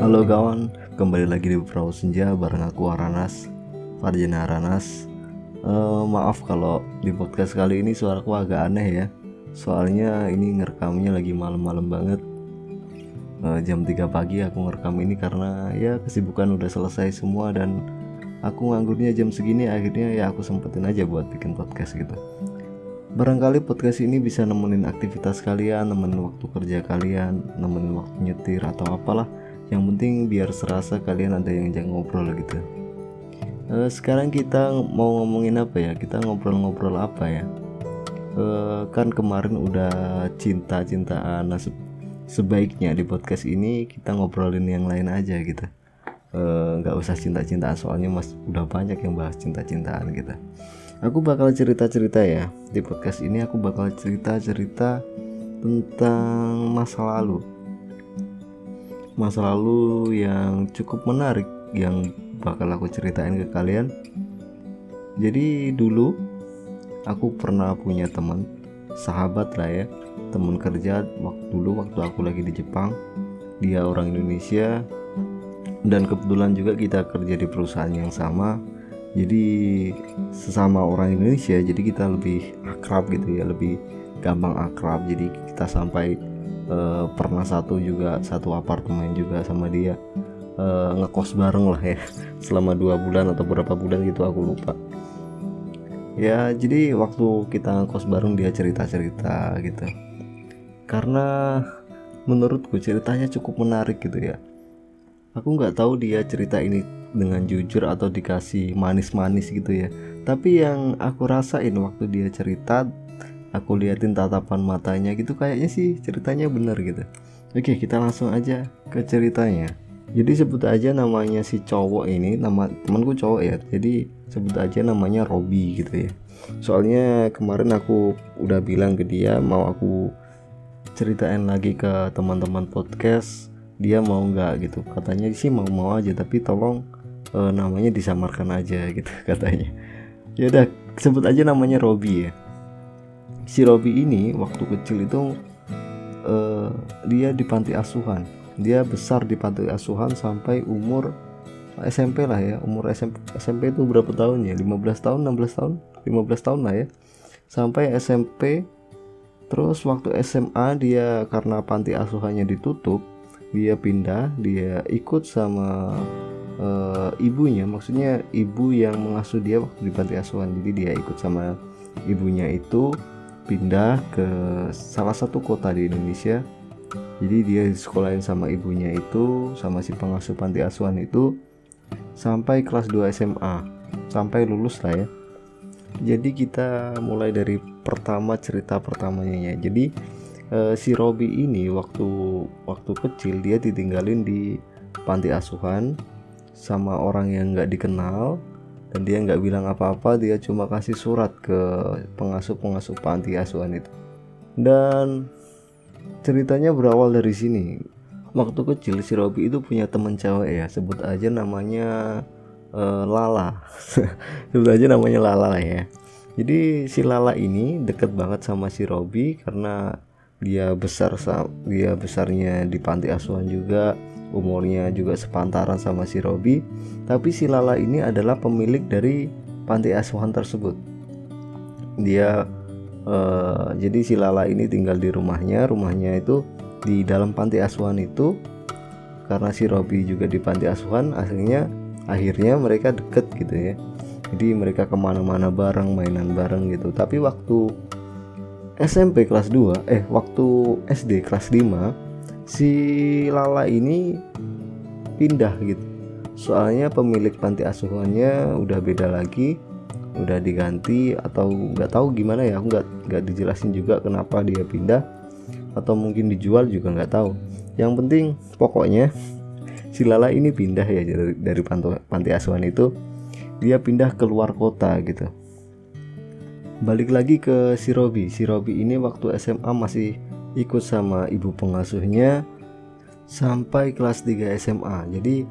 Halo kawan, kembali lagi di Perahu Senja bareng aku Aranas, Farjana Aranas. Maaf kalau di podcast kali ini suaraku agak aneh ya. Soalnya ini ngerekamnya lagi malam-malam banget. Jam 3 pagi aku ngerekam ini karena ya kesibukan udah selesai semua dan aku nganggurnya jam segini, akhirnya ya aku sempetin aja buat bikin podcast gitu. Barangkali podcast ini bisa nemenin aktivitas kalian, nemenin waktu kerja kalian, nemenin waktu nyetir atau apalah. Yang penting biar serasa kalian ada yang ajak ngobrol gitu. Sekarang kita mau ngomongin apa ya? Kita ngobrol-ngobrol apa ya? Kan kemarin udah cinta-cintaan. Nah, sebaiknya di podcast ini kita ngobrolin yang lain aja gitu. Nggak usah cinta-cintaan, soalnya udah banyak yang bahas cinta-cintaan gitu. Aku bakal cerita-cerita ya. Di podcast ini aku bakal cerita-cerita tentang masa lalu yang cukup menarik yang bakal aku ceritain ke kalian. Jadi dulu aku pernah punya teman, sahabat lah ya, teman kerja waktu aku lagi di Jepang. Dia orang Indonesia dan kebetulan juga kita kerja di perusahaan yang sama. Jadi sesama orang Indonesia, jadi kita lebih akrab gitu ya, lebih gampang akrab. Jadi kita sampai pernah satu apartemen juga sama dia, ngekos bareng lah ya selama 2 bulan atau berapa bulan gitu aku lupa ya. Jadi waktu kita ngekos bareng dia cerita-cerita gitu, karena menurutku ceritanya cukup menarik gitu ya. Aku nggak tahu dia cerita ini dengan jujur atau dikasih manis-manis gitu ya, tapi yang aku rasain waktu dia cerita, aku liatin tatapan matanya gitu, kayaknya sih ceritanya bener gitu. Oke, kita langsung aja ke ceritanya. Jadi sebut aja namanya si cowok ini, nama temanku cowok ya, jadi sebut aja namanya Robi gitu ya. Soalnya kemarin aku udah bilang ke dia mau aku ceritain lagi ke teman-teman podcast, dia mau nggak gitu. Katanya sih mau aja, tapi tolong namanya disamarkan aja gitu katanya. Ya udah, sebut aja namanya Robi ya. Si Robi ini waktu kecil itu dia di panti asuhan. Dia besar di panti asuhan sampai umur SMP lah ya. Umur SMP itu berapa tahun ya? 15 tahun, 16 tahun, 15 tahun lah ya. Sampai SMP. Terus waktu SMA dia karena panti asuhannya ditutup, dia pindah, dia ikut sama ibunya, maksudnya ibu yang mengasuh dia waktu di panti asuhan. Jadi dia ikut sama ibunya itu pindah ke salah satu kota di Indonesia. Jadi dia disekolahin sama ibunya itu, sama si pengasuh panti asuhan itu sampai kelas 2 SMA, sampai lulus lah ya. Jadi kita mulai dari cerita pertamanya ya. Jadi si Robi ini waktu kecil dia ditinggalin di panti asuhan sama orang yang nggak dikenal, dan dia nggak bilang apa-apa. Dia cuma kasih surat ke pengasuh panti asuhan itu. Dan ceritanya berawal dari sini. Waktu kecil si Robi itu punya teman cewek ya, sebut aja namanya Lala. Sebut aja namanya Lala ya. Jadi si Lala ini deket banget sama si Robi karena dia besarnya di panti asuhan juga, umurnya juga sepantaran sama si Robi. Tapi si Lala ini adalah pemilik dari panti asuhan tersebut. Dia jadi si Lala ini tinggal di rumahnya itu di dalam panti asuhan itu. Karena si Robi juga di panti asuhan, akhirnya mereka deket gitu ya. Jadi mereka kemana-mana bareng, mainan bareng gitu. Tapi waktu SMP kelas 2, waktu SD kelas 5, si Lala ini pindah gitu. Soalnya pemilik panti asuhannya udah beda lagi, udah diganti atau nggak tahu gimana ya. Aku nggak dijelasin juga kenapa dia pindah, atau mungkin dijual juga nggak tahu. Yang penting pokoknya si Lala ini pindah ya dari panti asuhan itu. Dia pindah ke luar kota gitu. Balik lagi ke si Robi. Si Robi ini waktu SMA masih ikut sama ibu pengasuhnya sampai kelas 3 SMA. Jadi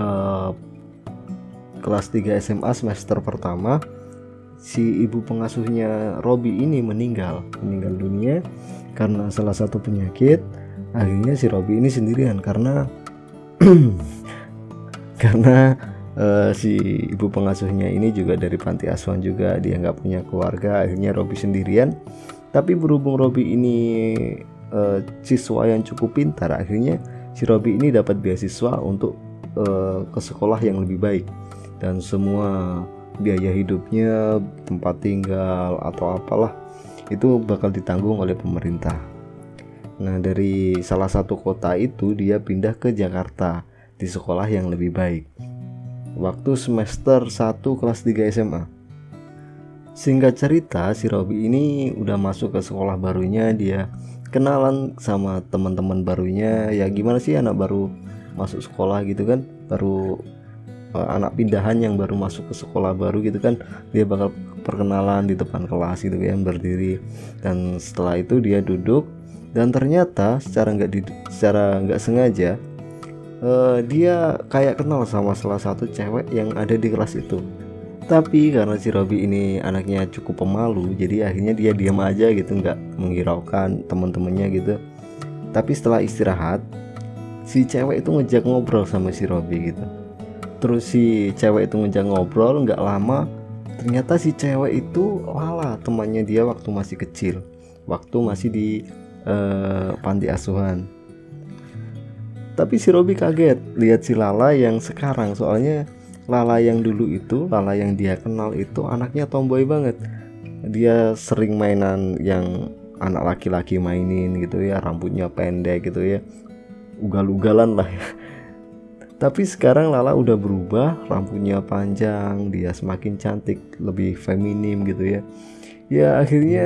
kelas 3 SMA semester pertama si ibu pengasuhnya Robi ini meninggal dunia karena salah satu penyakit. Akhirnya si Robi ini sendirian karena Karena si ibu pengasuhnya ini juga dari panti asuhan juga, dia nggak punya keluarga, akhirnya Robby sendirian. Tapi berhubung Robby ini siswa yang cukup pintar, akhirnya si Robby ini dapat beasiswa untuk ke sekolah yang lebih baik, dan semua biaya hidupnya, tempat tinggal atau apalah itu bakal ditanggung oleh pemerintah. Nah, dari salah satu kota itu dia pindah ke Jakarta di sekolah yang lebih baik waktu semester 1 kelas 3 SMA. Singkat cerita, si Robby ini udah masuk ke sekolah barunya, dia kenalan sama teman-teman barunya. Ya gimana sih anak baru masuk sekolah gitu kan, baru anak pindahan yang baru masuk ke sekolah baru gitu kan, dia bakal perkenalan di depan kelas gitu kan, berdiri. Dan setelah itu dia duduk, dan ternyata secara nggak sengaja dia kayak kenal sama salah satu cewek yang ada di kelas itu. Tapi karena si Robby ini anaknya cukup pemalu, jadi akhirnya dia diam aja gitu, nggak menghiraukan teman-temannya gitu. Tapi setelah istirahat, si cewek itu ngejak ngobrol sama si Robby gitu. Terus si cewek itu ngejak ngobrol, nggak lama ternyata si cewek itu Lala, temannya dia waktu masih kecil, waktu masih di panti asuhan. Tapi si Robby kaget lihat si Lala yang sekarang, soalnya Lala yang dulu itu, Lala yang dia kenal itu anaknya tomboy banget. Dia sering mainan yang anak laki-laki mainin gitu ya, rambutnya pendek gitu ya, ugal-ugalan lah ya. Tapi sekarang Lala udah berubah, rambutnya panjang, dia semakin cantik, lebih feminim gitu ya. Ya akhirnya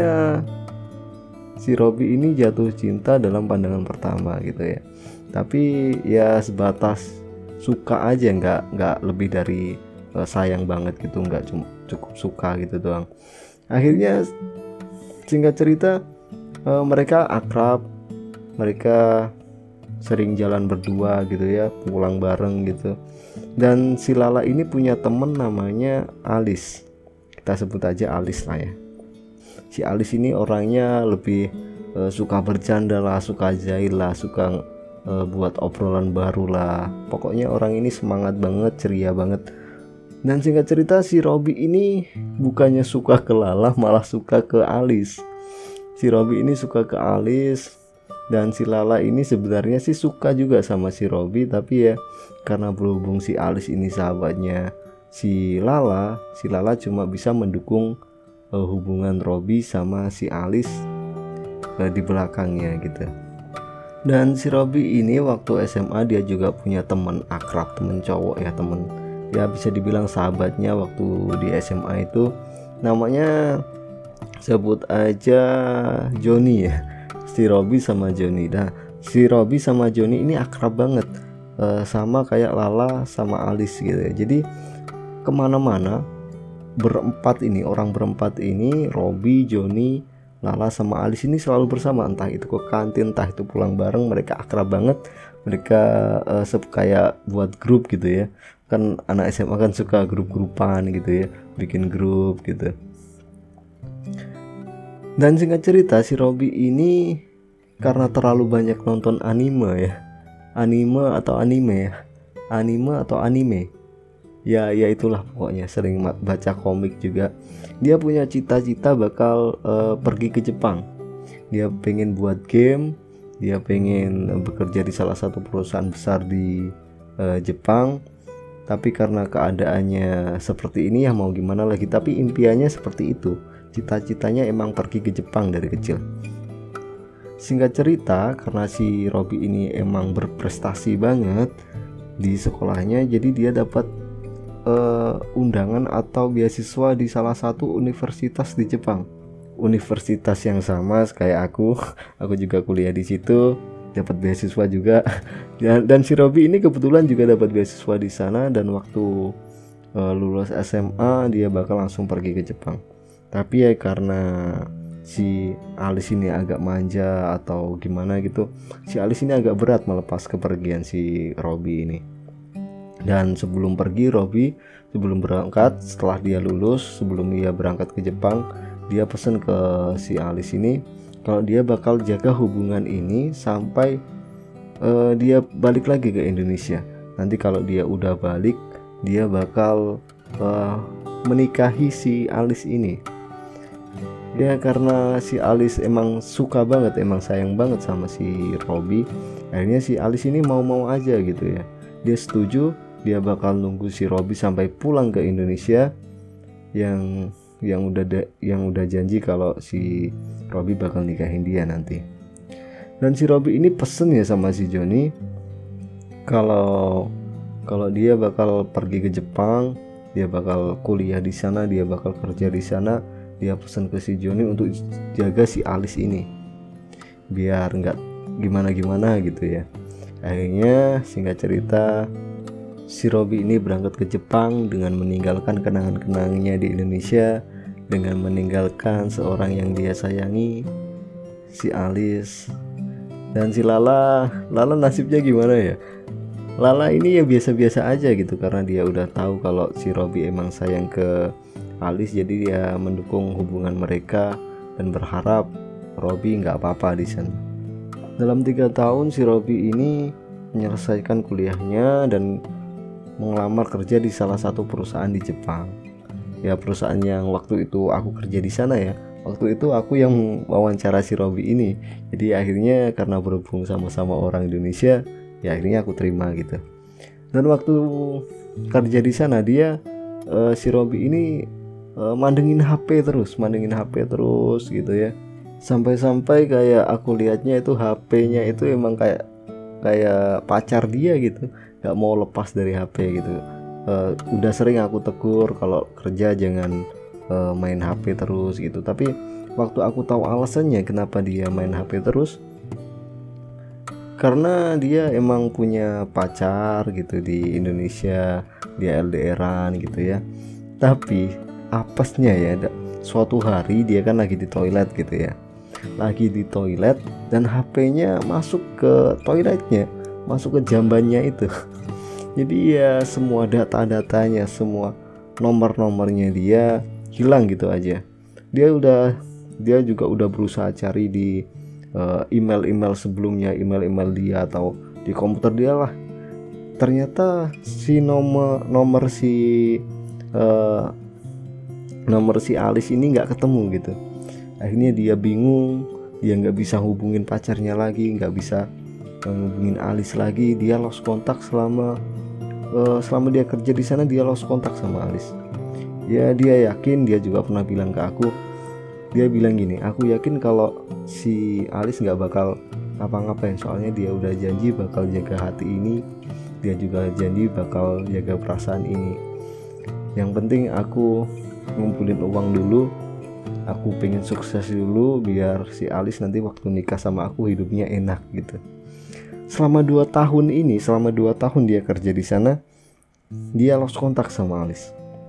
si Robby ini jatuh cinta dalam pandangan pertama gitu ya. Tapi ya sebatas suka aja, nggak lebih dari sayang banget gitu, nggak cukup suka gitu doang. Akhirnya singkat cerita mereka akrab, mereka sering jalan berdua gitu ya, pulang bareng gitu. Dan si Lala ini punya temen namanya Alis, kita sebut aja Alis lah ya. Si Alis ini orangnya lebih suka bercanda lah, suka jahil lah, suka buat obrolan baru lah. Pokoknya orang ini semangat banget, ceria banget. Dan singkat cerita si Robby ini bukannya suka ke Lala, malah suka ke Alis. Si Robby ini suka ke Alis, dan si Lala ini sebenarnya sih suka juga sama si Robby. Tapi ya karena berhubung si Alis ini sahabatnya si Lala cuma bisa mendukung hubungan Robby sama si Alis di belakangnya gitu. Dan si Robby ini waktu SMA dia juga punya teman akrab, teman cowok ya, teman ya bisa dibilang sahabatnya waktu di SMA itu, namanya sebut aja Joni ya. Si Robby sama Joni. Nah, si Robby sama Joni ini akrab banget, sama kayak Lala sama Alis gitu ya. Jadi kemana-mana orang berempat ini, Robby, Joni, Lala sama Alis ini selalu bersama, entah itu ke kantin, entah itu pulang bareng. Mereka akrab banget, mereka kayak buat grup gitu ya. Kan anak SMA kan suka grup-grupan gitu ya, bikin grup gitu. Dan singkat cerita si Robby ini karena terlalu banyak nonton anime atau anime ya itulah pokoknya, sering baca komik juga. Dia punya cita-cita bakal pergi ke Jepang. Dia pengen buat game, dia pengen bekerja di salah satu perusahaan besar di Jepang. Tapi karena keadaannya seperti ini ya mau gimana lagi. Tapi impiannya seperti itu, cita-citanya emang pergi ke Jepang dari kecil. Singkat cerita, karena si Robby ini emang berprestasi banget di sekolahnya, jadi dia dapat undangan atau beasiswa di salah satu universitas di Jepang. Universitas yang sama kayak aku juga kuliah di situ, dapat beasiswa juga. Dan si Robby ini kebetulan juga dapat beasiswa di sana, dan waktu lulus SMA dia bakal langsung pergi ke Jepang. Tapi ya karena si Alis ini agak manja atau gimana gitu, si Alis ini agak berat melepas kepergian si Robby ini. Dan sebelum pergi, Robby sebelum berangkat, setelah dia lulus, sebelum dia berangkat ke Jepang, dia pesan ke si Alis ini kalau dia bakal jaga hubungan ini sampai dia balik lagi ke Indonesia. Nanti kalau dia udah balik, dia bakal menikahi si Alis ini. Ya karena si Alis emang suka banget, emang sayang banget sama si Robby. Akhirnya si Alis ini mau-mau aja gitu ya. Dia setuju, dia bakal nunggu si Robby sampai pulang ke Indonesia. Yang udah janji kalau si Robby bakal nikahin dia nanti. Dan si Robby ini pesen ya sama si Johnny kalau dia bakal pergi ke Jepang, dia bakal kuliah di sana, dia bakal kerja di sana. Dia pesan ke si Johnny untuk jaga si Alis ini biar nggak gimana-gimana gitu ya. Akhirnya singkat cerita, si Robby ini berangkat ke Jepang dengan meninggalkan kenangan-kenangannya di Indonesia, dengan meninggalkan seorang yang dia sayangi, si Alis. Dan si Lala nasibnya gimana ya? Lala ini ya biasa-biasa aja gitu, karena dia udah tahu kalau si Robby emang sayang ke Alis, jadi dia mendukung hubungan mereka dan berharap Robby nggak apa-apa di sana. Dalam 3 tahun si Robby ini menyelesaikan kuliahnya dan mengelamar kerja di salah satu perusahaan di Jepang. Ya perusahaan yang waktu itu aku kerja di sana ya. Waktu itu aku yang wawancara si Robby ini. Jadi akhirnya karena berhubung sama-sama orang Indonesia, ya akhirnya aku terima gitu. Dan waktu kerja di sana dia si Robby ini mandengin HP terus gitu ya. Sampai-sampai kayak aku lihatnya itu HP-nya itu emang kayak pacar dia gitu, nggak mau lepas dari HP gitu. Udah sering aku tegur kalau kerja jangan main HP terus gitu. Tapi waktu aku tahu alasannya kenapa dia main HP terus, karena dia emang punya pacar gitu di Indonesia, dia LDRan gitu ya. Tapi apesnya ya, suatu hari dia kan lagi di toilet gitu ya, dan HP-nya masuk ke toiletnya, masuk ke jambannya itu. Jadi ya semua data-datanya, semua nomor-nomornya dia hilang gitu aja. Dia juga udah berusaha cari di email-email sebelumnya, email dia atau di komputer dia lah. Ternyata si nomor si Alis ini nggak ketemu gitu. Akhirnya dia bingung, dia nggak bisa hubungin pacarnya lagi, nggak bisa hubungin Alis lagi. Dia lost kontak selama dia kerja di sana, dia lost kontak sama Alis. Ya dia yakin, dia juga pernah bilang ke aku, dia bilang gini, aku yakin kalau si Alis nggak bakal ngapa-ngapain, soalnya dia udah janji bakal jaga hati ini, dia juga janji bakal jaga perasaan ini. Yang penting aku ngumpulin uang dulu, aku pengen sukses dulu biar si Alis nanti waktu nikah sama aku hidupnya enak gitu. Selama 2 tahun dia kerja di sana, dia lost kontak sama Alis.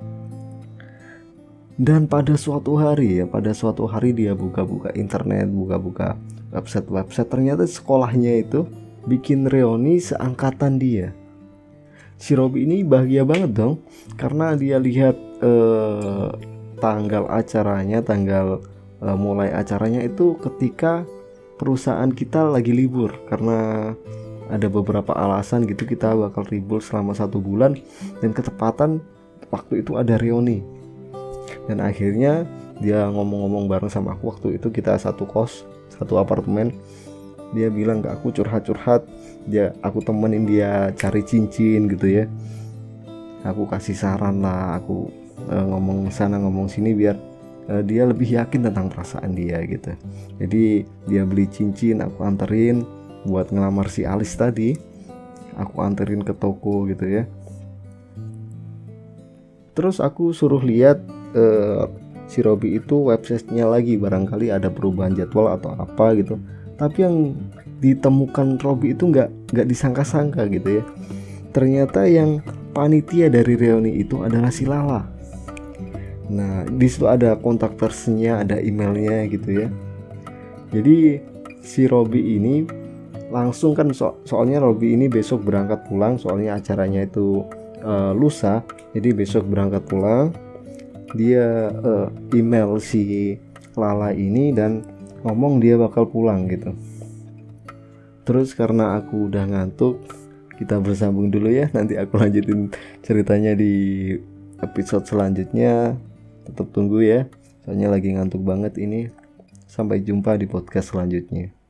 Dan pada suatu hari dia buka-buka internet, buka-buka website, ternyata sekolahnya itu bikin reuni seangkatan dia. Si Robby ini bahagia banget dong, karena dia lihat tanggal mulai acaranya itu ketika perusahaan kita lagi libur, karena ada beberapa alasan gitu kita bakal libur selama 1 bulan, dan ketepatan waktu itu ada reuni. Dan akhirnya dia ngomong-ngomong bareng sama aku, waktu itu kita satu apartemen. Dia bilang ke aku curhat-curhat, aku temenin dia cari cincin gitu ya. Aku kasih saran lah, aku ngomong sana ngomong sini biar dia lebih yakin tentang perasaan dia gitu. Jadi dia beli cincin, aku anterin buat ngelamar si Alis tadi. Aku anterin ke toko gitu ya. Terus aku suruh lihat si Robby itu websitenya lagi, barangkali ada perubahan jadwal atau apa gitu. Tapi yang ditemukan Robby itu nggak disangka-sangka gitu ya. Ternyata yang panitia dari reuni itu adalah si Lala. Nah di situ ada kontak personnya, ada emailnya gitu ya. Jadi si Robby ini langsung kan soalnya Robby ini besok berangkat pulang, soalnya acaranya itu lusa. Jadi besok berangkat pulang, dia email si Lala ini dan ngomong dia bakal pulang gitu. Terus karena aku udah ngantuk, kita bersambung dulu ya. Nanti aku lanjutin ceritanya di episode selanjutnya. Tetap tunggu ya, soalnya lagi ngantuk banget ini. Sampai jumpa di podcast selanjutnya.